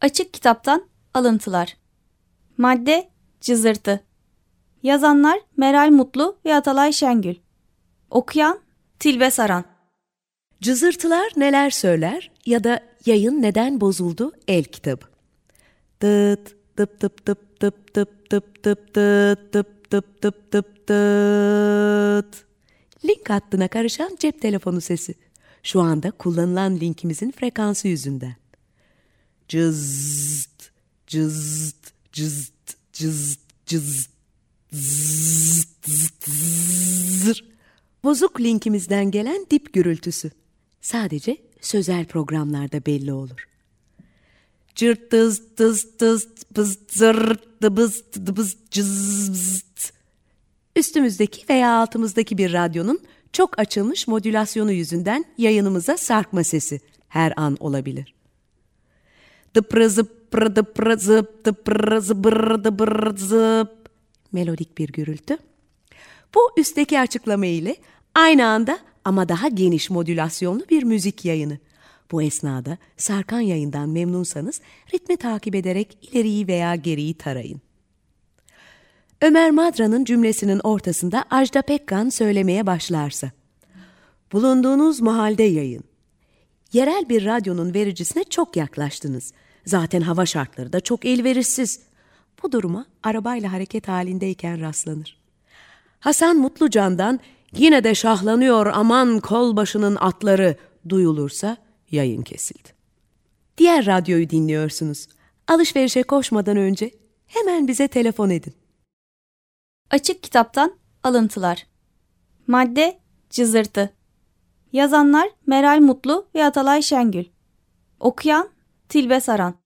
Açık Kitaptan Alıntılar. Madde Cızırtı. Yazanlar Meral Mutlu ve Atalay Şengül. Okuyan Tilbe Saran. Cızırtılar neler söyler ya da yayın neden bozuldu el kitabı. Dıt dıp dıp dıp dıp dıp dıp dıp dıt dıp dıp dıp dıp dıt. Link hattına karışan cep telefonu sesi. Şu anda kullanılan linkimizin frekansı yüzünden. Cızzt, cızzt, cızzt, cızzt, cızzt, zzt, zzt, zır. Bozuk linkimizden gelen dip gürültüsü. Sadece sözel programlarda belli olur. Cırt tız tız tız bız zırt dıbız dıbız cızzt. Üstümüzdeki veya altımızdaki bir radyonun çok açılmış modülasyonu yüzünden yayınımıza sarkma sesi her an olabilir. Dıpırı zıpırı dıpırı zıp dıpırı zıbırı dıpırı zıp. Melodik bir gürültü. Bu üstteki açıklama ile aynı anda ama daha geniş modülasyonlu bir müzik yayını. Bu esnada sarkan yayından memnunsanız ritmi takip ederek ileriyi veya geriyi tarayın. Ömer Madra'nın cümlesinin ortasında Ajda Pekkan söylemeye başlarsa, bulunduğunuz mahalde yayın. Yerel bir radyonun vericisine çok yaklaştınız. Zaten hava şartları da çok elverişsiz. Bu duruma arabayla hareket halindeyken rastlanır. Hasan Mutlucan'dan yine de şahlanıyor aman kol başının atları duyulursa yayın kesildi. Diğer radyoyu dinliyorsunuz. Alışverişe koşmadan önce hemen bize telefon edin. Açık Kitaptan Alıntılar. Madde Cızırtı. Yazanlar Meral Mutlu ve Atalay Şengül. Okuyan Tilbe Saran.